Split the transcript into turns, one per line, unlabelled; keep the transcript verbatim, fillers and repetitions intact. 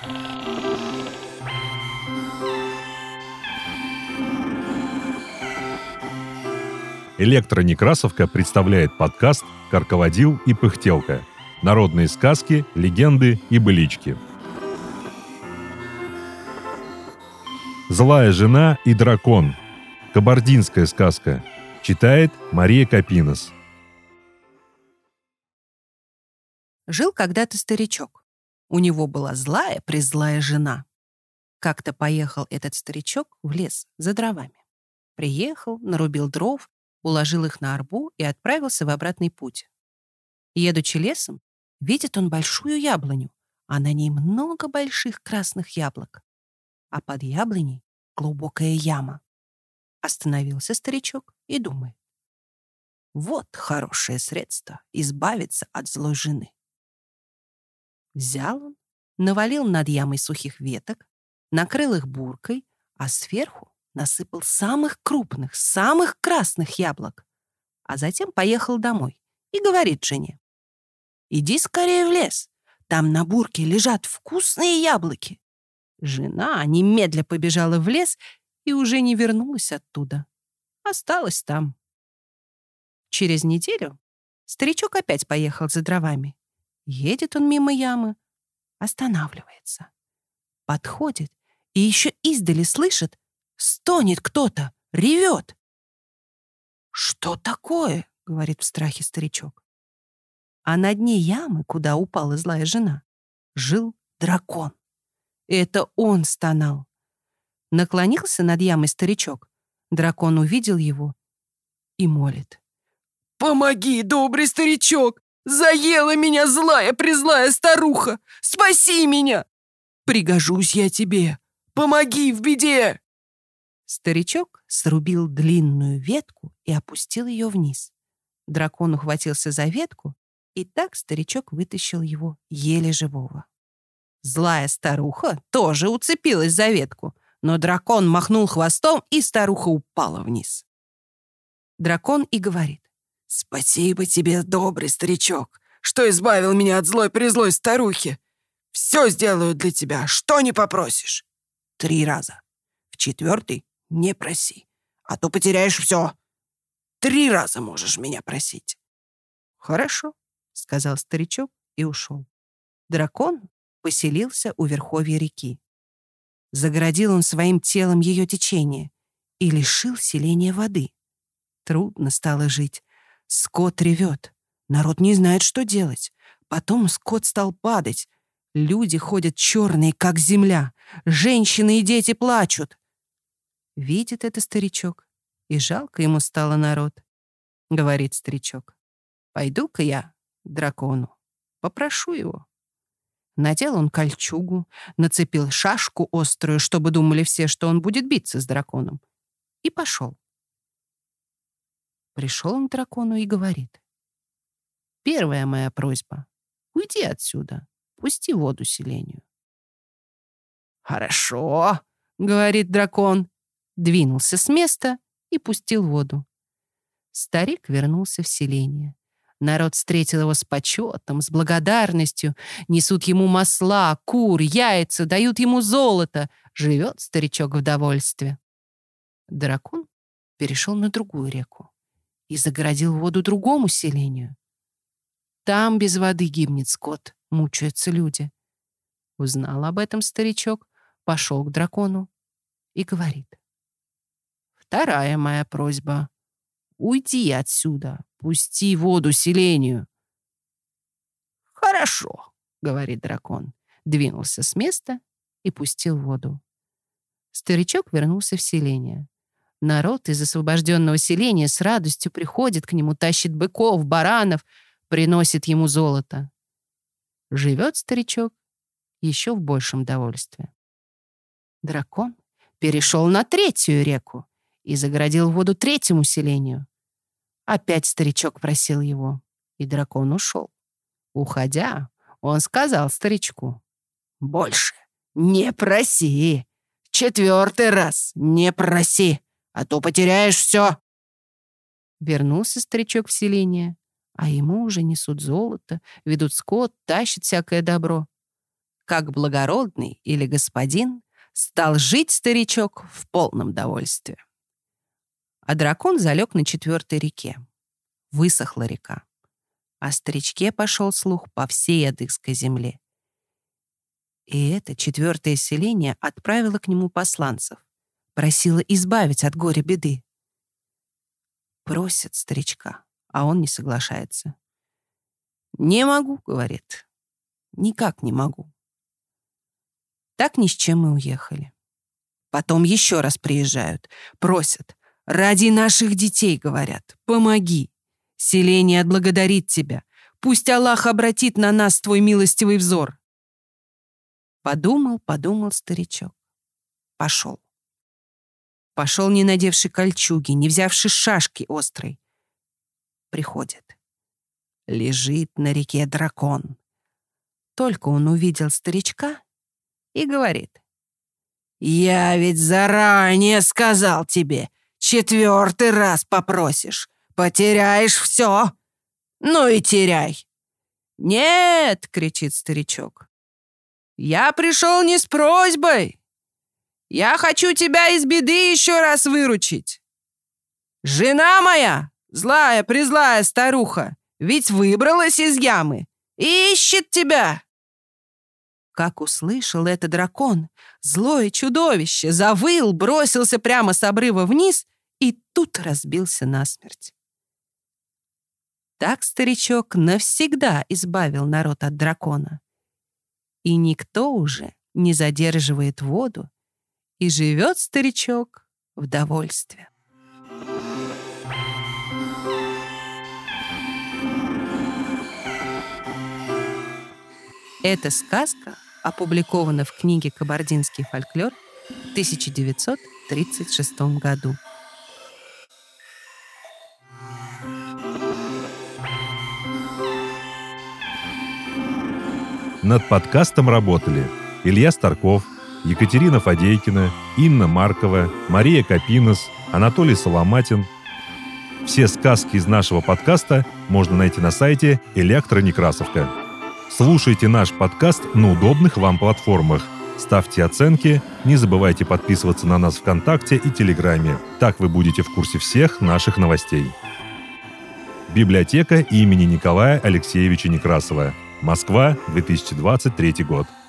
Электронекрасовка представляет подкаст «Карководил и пыхтелка». Народные сказки, легенды и былички. «Злая жена и дракон». Кабардинская сказка. Читает Мария Капинос.
Жил когда-то старичок. У него была злая-презлая жена. Как-то поехал этот старичок в лес за дровами. Приехал, нарубил дров, уложил их на арбу и отправился в обратный путь. Едучи лесом, видит он большую яблоню, а на ней много больших красных яблок. А под яблоней глубокая яма. Остановился старичок и думает: вот хорошее средство избавиться от злой жены. Взял он, навалил над ямой сухих веток, накрыл их буркой, а сверху насыпал самых крупных, самых красных яблок, а затем поехал домой и говорит жене: иди скорее в лес, там на бурке лежат вкусные яблоки. Жена немедля побежала в лес и уже не вернулась оттуда. Осталась там. Через неделю старичок опять поехал за дровами. Едет он мимо ямы, останавливается. Подходит и еще издали слышит: стонет кто-то, ревет. «Что такое?» — говорит в страхе старичок. А на дне ямы, куда упала злая жена, жил дракон. Это он стонал. Наклонился над ямой старичок. Дракон увидел его и молит: «Помоги, добрый старичок! Заела меня злая-презлая старуха! Спаси меня! Пригожусь я тебе! Помоги в беде!» Старичок срубил длинную ветку и опустил ее вниз. Дракон ухватился за ветку, и так старичок вытащил его еле живого. Злая старуха тоже уцепилась за ветку, но дракон махнул хвостом, и старуха упала вниз. Дракон и говорит: «Спасибо тебе, добрый старичок, что избавил меня от злой-презлой старухи. Все сделаю для тебя, что не попросишь. Три раза. В четвертый не проси, а то потеряешь все. Три раза можешь меня просить». «Хорошо», — сказал старичок и ушел. Дракон поселился у верховья реки. Загородил он своим телом ее течение и лишил селения воды. Трудно стало жить. Скот ревет. Народ не знает, что делать. Потом скот стал падать. Люди ходят черные, как земля. Женщины и дети плачут. Видит это старичок, и жалко ему стало народ. Говорит старичок: пойду-ка я к дракону, попрошу его. Надел он кольчугу, нацепил шашку острую, чтобы думали все, что он будет биться с драконом, и пошел. Пришел он к дракону и говорит: первая моя просьба — уйди отсюда, пусти воду селению. «Хорошо», — говорит дракон, двинулся с места и пустил воду. Старик вернулся в селение. Народ встретил его с почетом, с благодарностью. Несут ему масла, кур, яйца, дают ему золото. Живет старичок в довольстве. Дракон перешел на другую реку и загородил воду другому селению. Там без воды гибнет скот, мучаются люди. Узнал об этом старичок, пошел к дракону и говорит: вторая моя просьба — уйди отсюда, пусти воду селению. «Хорошо», — говорит дракон, двинулся с места и пустил воду. Старичок вернулся в селение. Народ из освобожденного селения с радостью приходит к нему, тащит быков, баранов, приносит ему золото. Живет старичок еще в большем довольстве. Дракон перешел на третью реку и загородил воду третьему селению. Опять старичок просил его, и дракон ушел. Уходя, он сказал старичку: «Больше не проси. Четвертый раз не проси, а то потеряешь все». Вернулся старичок в селение, а ему уже несут золото, ведут скот, тащат всякое добро. как благородный или господин, стал жить старичок в полном довольстве. А дракон залег на четвертой реке. Высохла река. О старичке пошел слух по всей Адыгской земле. И это четвертое селение отправило к нему посланцев, просило избавить от горя беды. Просят старичка, а он не соглашается. «Не могу», — говорит, — «никак не могу». Так ни с чем мы уехали. Потом еще раз приезжают, просят. «Ради наших детей», — говорят, — «помоги. Селение отблагодарит тебя. Пусть Аллах обратит на нас твой милостивый взор». Подумал, подумал старичок. Пошел. Пошел, не надевший кольчуги, не взявший шашки острой. Приходит. Лежит на реке дракон. Только он увидел старичка и говорит: «Я ведь заранее сказал тебе, четвертый раз попросишь, потеряешь все. Ну и теряй». «Нет!» — кричит старичок. «Я пришел не с просьбой. Я хочу тебя из беды еще раз выручить. Жена моя, злая-призлая старуха, ведь выбралась из ямы и ищет тебя». Как услышал это дракон, злое чудовище завыл, бросился прямо с обрыва вниз и тут разбился насмерть. Так старичок навсегда избавил народ от дракона. И никто уже не задерживает воду, и живет старичок в довольстве. Эта сказка опубликована в книге «Кабардинский фольклор» в тысяча девятьсот тридцать шестом году.
Над подкастом работали Илья Старков, Екатерина Фадейкина, Инна Маркова, Мария Капинос, Анатолий Соломатин. Все сказки из нашего подкаста можно найти на сайте «Электронекрасовка». Слушайте наш подкаст на удобных вам платформах. Ставьте оценки, не забывайте подписываться на нас ВКонтакте и Телеграме. Так вы будете в курсе всех наших новостей. Библиотека имени Николая Алексеевича Некрасова. Москва, две тысячи двадцать третий год.